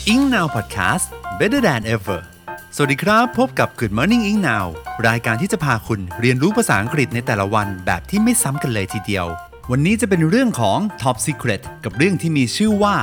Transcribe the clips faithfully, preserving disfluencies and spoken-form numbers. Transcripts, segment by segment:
Ink Now Podcast Better Than Ever สวัสดีครับพบกับ Good Morning Ink Now รายการที่จะพาคุณเรียนรู้ภาษาอังกฤษในแต่ละวันแบบที่ไม่ซ้ำกันเลยทีเดียววันนี้จะเป็นเรื่องของ Top Secret กับเรื่องที่มีชื่อว่า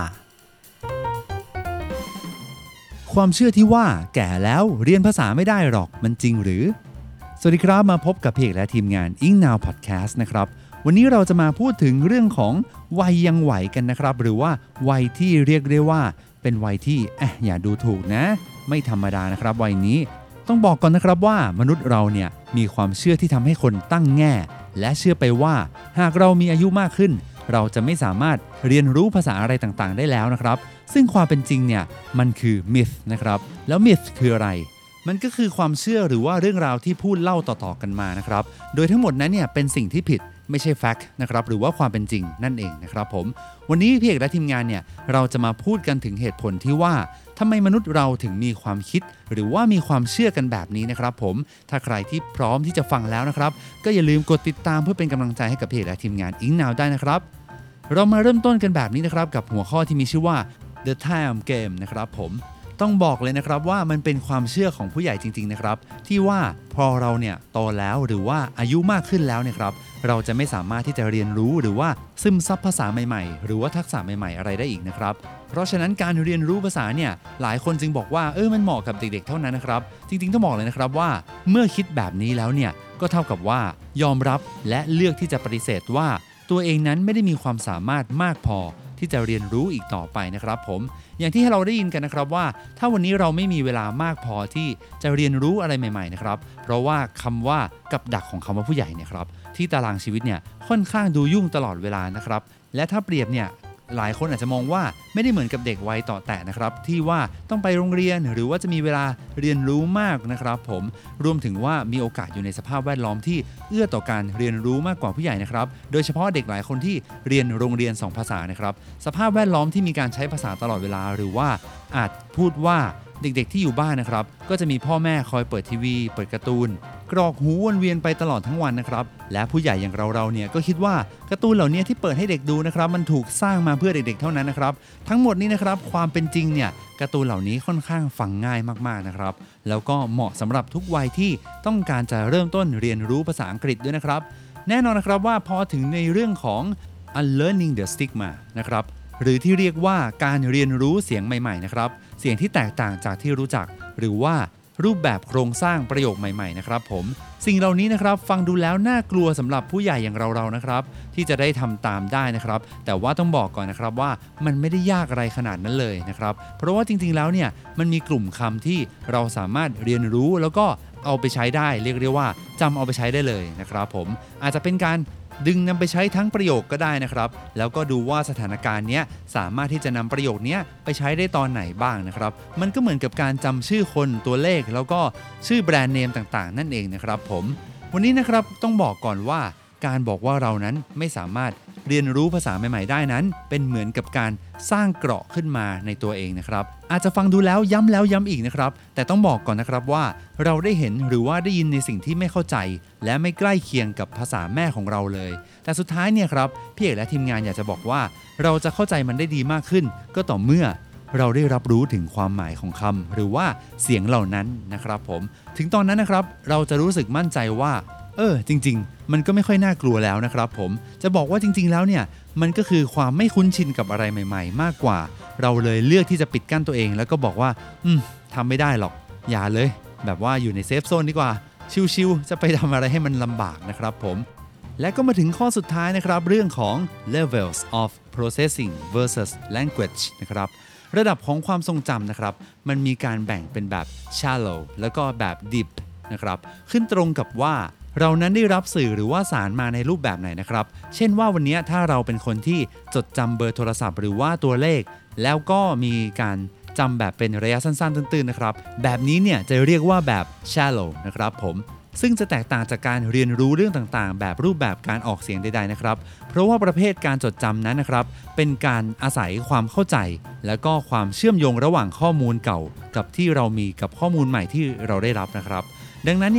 ความเชื่อที่ว่าแก่แล้วเรียนภาษาไม่ได้หรอกมันจริงหรือสวัสดีครับมาพบกับพี่เอกและทีมงาน Ink Now Podcast นะครับวันนี้เราจะมาพูดถึงเรื่องของวัยยังไหวกันนะครับหรือว่าวัยที่เรียกได้ว่าเป็นวัยที่เอ๊ะอย่าดูถูกนะไม่ธรรมดานะครับวัยนี้ต้องบอกก่อนนะครับว่ามนุษย์เราเนี่ยมีความเชื่อที่ทำให้คนตั้งแง่และเชื่อไปว่าหากเรามีอายุมากขึ้นเราจะไม่สามารถเรียนรู้ภาษาอะไรต่างๆได้แล้วนะครับซึ่งความเป็นจริงเนี่ยมันคือ myth นะครับแล้ว myth คืออะไรมันก็คือความเชื่อหรือว่าเรื่องราวที่พูดเล่าต่อๆกันมานะครับโดยทั้งหมดนั้นเนี่ยเป็นสิ่งที่ผิดไม่ใช่ fact นะครับหรือว่าความเป็นจริงนั่นเองนะครับผมวันนี้พี่เอกและทีมงานเนี่ยเราจะมาพูดกันถึงเหตุผลที่ว่าทำไมมนุษย์เราถึงมีความคิดหรือว่ามีความเชื่อกันแบบนี้นะครับผมถ้าใครที่พร้อมที่จะฟังแล้วนะครับก็อย่าลืมกดติดตามเพื่อเป็นกำลังใจให้กับพี่เอกและทีมงาน Ink Now ได้นะครับเรามาเริ่มต้นกันแบบนี้นะครับกับหัวข้อที่มีชื่อว่า The Time Game นะครับผมต้องบอกเลยนะครับว่ามันเป็นความเชื่อของผู้ใหญ่จริงๆนะครับที่ว่าพอเราเนี่ยโตแล้วหรือว่าอายุมากขึ้นแล้วเนี่ยครับเราจะไม่สามารถที่จะเรียนรู้หรือว่าซึมซับภาษาใหม่ๆหรือว่าทักษะใหม่ๆอะไรได้อีกนะครับเพราะฉะนั้นการเรียนรู้ภาษาเนี่ยหลายคนจึงบอกว่าเออมันเหมาะกับเด็กๆเท่านั้นนะครับจริงๆต้องบอกเลยนะครับว่าเมื่อคิดแบบนี้แล้วเนี่ยก็เท่ากับว่ายอมรับและเลือกที่จะปฏิเสธว่าตัวเองนั้นไม่ได้มีความสามารถมากพอที่จะเรียนรู้อีกต่อไปนะครับผมอย่างที่เราได้ยินกันนะครับว่าถ้าวันนี้เราไม่มีเวลามากพอที่จะเรียนรู้อะไรใหม่ๆนะครับเพราะว่าคำว่ากับดักของคำว่าผู้ใหญ่เนี่ยครับที่ตารางชีวิตเนี่ยค่อนข้างดูยุ่งตลอดเวลานะครับและถ้าเปรียบเนี่ยหลายคนอาจจะมองว่าไม่ได้เหมือนกับเด็กวัยต่อแต่นะครับที่ว่าต้องไปโรงเรียนหรือว่าจะมีเวลาเรียนรู้มากนะครับผมรวมถึงว่ามีโอกาสอยู่ในสภาพแวดล้อมที่เอื้อต่อการเรียนรู้มากกว่าผู้ใหญ่นะครับโดยเฉพาะเด็กหลายคนที่เรียนโรงเรียนสองภาษานะครับสภาพแวดล้อมที่มีการใช้ภาษาตลอดเวลาหรือว่าอาจพูดว่าเด็กๆที่อยู่บ้านนะครับก็จะมีพ่อแม่คอยเปิดทีวีเปิดการ์ตูนกรอกหูวนเวียนไปตลอดทั้งวันนะครับและผู้ใหญ่อย่างเราๆเนี่ยก็คิดว่าการ์ตูนเหล่านี้ที่เปิดให้เด็กดูนะครับมันถูกสร้างมาเพื่อเด็กๆเท่านั้นนะครับทั้งหมดนี้นะครับความเป็นจริงเนี่ยการ์ตูนเหล่านี้ค่อนข้างฟังง่ายมากๆนะครับแล้วก็เหมาะสำหรับทุกวัยที่ต้องการจะเริ่มต้นเรียนรู้ภาษาอังกฤษด้วยนะครับแน่นอนนะครับว่าพอถึงในเรื่องของ unlearning the stigma นะครับหรือที่เรียกว่าการเรียนรู้เสียงใหม่ๆนะครับเสียงที่แตกต่างจากที่รู้จักหรือว่ารูปแบบโครงสร้างประโยคใหม่ๆนะครับผมสิ่งเหล่านี้นะครับฟังดูแล้วน่ากลัวสำหรับผู้ใหญ่อย่างเราๆนะครับที่จะได้ทำตามได้นะครับแต่ว่าต้องบอกก่อนนะครับว่ามันไม่ได้ยากอะไรขนาดนั้นเลยนะครับเพราะว่าจริงๆแล้วเนี่ยมันมีกลุ่มคำที่เราสามารถเรียนรู้แล้วก็เอาไปใช้ได้เรียกได้ว่าจำเอาไปใช้ได้เลยนะครับผมอาจจะเป็นการดึงนำไปใช้ทั้งประโยคก็ได้นะครับแล้วก็ดูว่าสถานการณ์นี้สามารถที่จะนำประโยคนี้ไปใช้ได้ตอนไหนบ้างนะครับมันก็เหมือนกับการจำชื่อคนตัวเลขแล้วก็ชื่อแบรนด์เนมต่างๆนั่นเองนะครับผมวันนี้นะครับต้องบอกก่อนว่าการบอกว่าเรานั้นไม่สามารถเรียนรู้ภาษาใหม่ๆได้นั้นเป็นเหมือนกับการสร้างเกราะขึ้นมาในตัวเองนะครับอาจจะฟังดูแล้วย้ำแล้วย้ำอีกนะครับแต่ต้องบอกก่อนนะครับว่าเราได้เห็นหรือว่าได้ยินในสิ่งที่ไม่เข้าใจและไม่ใกล้เคียงกับภาษาแม่ของเราเลยแต่สุดท้ายเนี่ยครับพี่เอกและทีมงานอยากจะบอกว่าเราจะเข้าใจมันได้ดีมากขึ้นก็ต่อเมื่อเราได้รับรู้ถึงความหมายของคำหรือว่าเสียงเหล่านั้นนะครับผมถึงตอนนั้นนะครับเราจะรู้สึกมั่นใจว่าเออจริงๆมันก็ไม่ค่อยน่ากลัวแล้วนะครับผมจะบอกว่าจริงๆแล้วเนี่ยมันก็คือความไม่คุ้นชินกับอะไรใหม่ๆมากกว่าเราเลยเลือกที่จะปิดกั้นตัวเองแล้วก็บอกว่าอืมทำไม่ได้หรอกอย่าเลยแบบว่าอยู่ในเซฟโซนดีกว่าชิวๆจะไปทำอะไรให้มันลำบากนะครับผมและก็มาถึงข้อสุดท้ายนะครับเรื่องของ levels of processing versus language นะครับระดับของความทรงจำนะครับมันมีการแบ่งเป็นแบบ shallow แล้วก็แบบ deep นะครับขึ้นตรงกับว่าเรานั้นได้รับสื่อหรือว่าสารมาในรูปแบบไหนนะครับเช่นว่าวันนี้ถ้าเราเป็นคนที่จดจำเบอร์โทรศัพท์หรือว่าตัวเลขแล้วก็มีการจำแบบเป็นระยะสั้นๆตื้นๆนะครับแบบนี้เนี่ยจะเรียกว่าแบบ shallow นะครับผมซึ่งจะแตกต่างจากการเรียนรู้เรื่องต่างๆแบบรูปแบบการออกเสียงใดๆนะครับเพราะว่าประเภทการจดจำนั้นนะครับเป็นการอาศัยความเข้าใจและก็ความเชื่อมโยงระหว่างข้อมูลเก่ากับที่เรามีกับข้อมูลใหม่ที่เราได้รับนะครับดังนั้นเนี่ย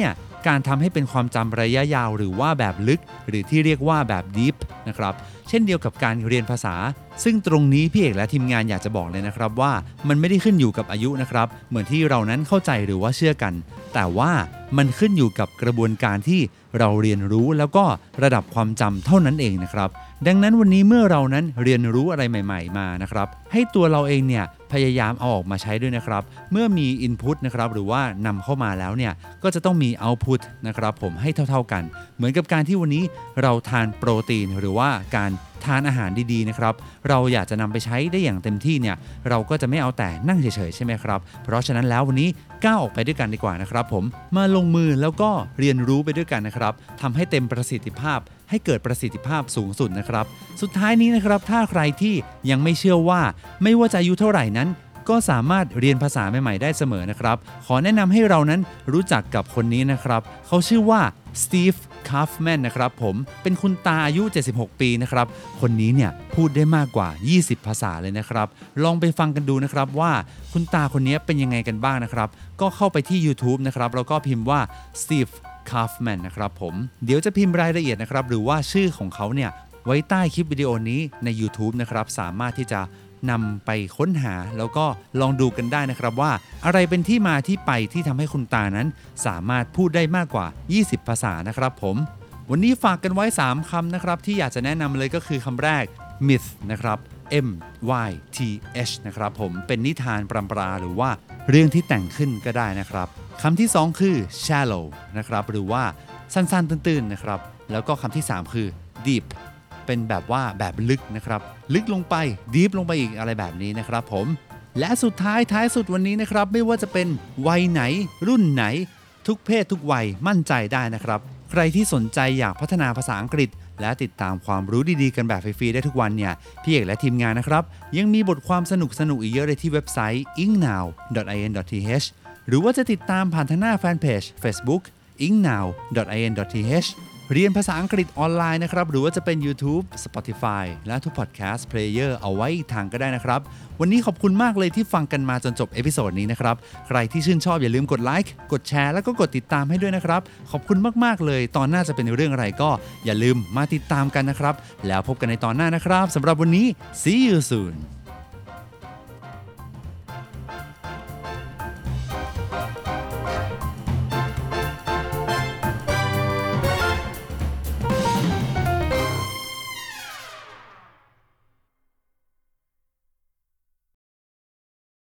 การทำให้เป็นความจำระยะยาวหรือว่าแบบลึกหรือที่เรียกว่าแบบ deep นะครับเช่นเดียวกับการเรียนภาษาซึ่งตรงนี้พี่เอกและทีมงานอยากจะบอกเลยนะครับว่ามันไม่ได้ขึ้นอยู่กับอายุนะครับเหมือนที่เรานั้นเข้าใจหรือว่าเชื่อกันแต่ว่ามันขึ้นอยู่กับกระบวนการที่เราเรียนรู้แล้วก็ระดับความจำเท่านั้นเองนะครับดังนั้นวันนี้เมื่อเรานั้นเรียนรู้อะไรใหม่ๆมานะครับให้ตัวเราเองเนี่ยพยายามเอาออกมาใช้ด้วยนะครับเมื่อมี input นะครับหรือว่านำเข้ามาแล้วเนี่ยก็จะต้องมี output นะครับผมให้เท่าๆกันเหมือนกับการที่วันนี้เราทานโปรตีนหรือว่าการทานอาหารดีๆนะครับเราอยากจะนำไปใช้ได้อย่างเต็มที่เนี่ยเราก็จะไม่เอาแต่นั่งเฉยๆใช่ไหมครับเพราะฉะนั้นแล้ววันนี้ก้าวออกไปด้วยกันดีกว่านะครับผมมาลงมือแล้วก็เรียนรู้ไปด้วยกันนะครับทำให้เต็มประสิทธิภาพให้เกิดประสิทธิภาพสูงสุดนะครับสุดท้ายนี้นะครับถ้าใครที่ยังไม่เชื่อว่าไม่ว่าจะอายุเท่าไหร่นั้นก็สามารถเรียนภาษาใหม่ๆได้เสมอนะครับขอแนะนำให้เรานั้นรู้จักกับคนนี้นะครับเขาชื่อว่าสตีฟคาฟแมนนะครับผมเป็นคุณตาอายุเจ็ดสิบหกปีนะครับคนนี้เนี่ยพูดได้มากกว่ายี่สิบภาษาเลยนะครับลองไปฟังกันดูนะครับว่าคุณตาคนนี้เป็นยังไงกันบ้างนะครับก็เข้าไปที่ YouTube นะครับแล้วก็พิมพ์ว่าสตีฟคาฟแมนนะครับผมเดี๋ยวจะพิมพ์รายละเอียดนะครับหรือว่าชื่อของเขาเนี่ยไว้ใต้คลิปวิดีโอนี้ใน YouTube นะครับสามารถที่จะนำไปค้นหาแล้วก็ลองดูกันได้นะครับว่าอะไรเป็นที่มาที่ไปที่ทำให้คุณตานั้นสามารถพูดได้มากกว่ายี่สิบภาษานะครับผมวันนี้ฝากกันไว้สามคำนะครับที่อยากจะแนะนำเลยก็คือคำแรก myth นะครับ M Y T H นะครับผมเป็นนิทานปรำปราหรือว่าเรื่องที่แต่งขึ้นก็ได้นะครับคำที่สองคือ shallow นะครับหรือว่าสั้นๆตื้นๆนะครับแล้วก็คำที่สามคือ deepเป็นแบบว่าแบบลึกนะครับลึกลงไปดีฟลงไปอีกอะไรแบบนี้นะครับผมและสุดท้ายท้ายสุดวันนี้นะครับไม่ว่าจะเป็นวัยไหนรุ่นไหนทุกเพศทุกวัยมั่นใจได้นะครับใครที่สนใจอยากพัฒนาภาษาอังกฤษและติดตามความรู้ดีๆกันแบบฟรีๆได้ทุกวันเนี่ยพี่เอกและทีมงานนะครับยังมีบทความสนุกๆอีกเยอะเลยที่เว็บไซต์ อิงนาว ดอท ไอ เอ็น ดอท ที เอช หรือว่าจะติดตามผ่านทางหน้าแฟนเพจ Facebook อิงนาว ดอท ไอ เอ็น ดอท ที เอชเรียนภาษาอังกฤษออนไลน์นะครับหรือว่าจะเป็น YouTube Spotify และทุก Podcast Player เอาไว้อีกทางก็ได้นะครับวันนี้ขอบคุณมากเลยที่ฟังกันมาจนจบเอพิโซดนี้นะครับใครที่ชื่นชอบอย่าลืมกดไลค์กดแชร์แล้วก็กดติดตามให้ด้วยนะครับขอบคุณมากๆเลยตอนหน้าจะเป็นเรื่องอะไรก็อย่าลืมมาติดตามกันนะครับแล้วพบกันในตอนหน้านะครับสำหรับวันนี้ See you soon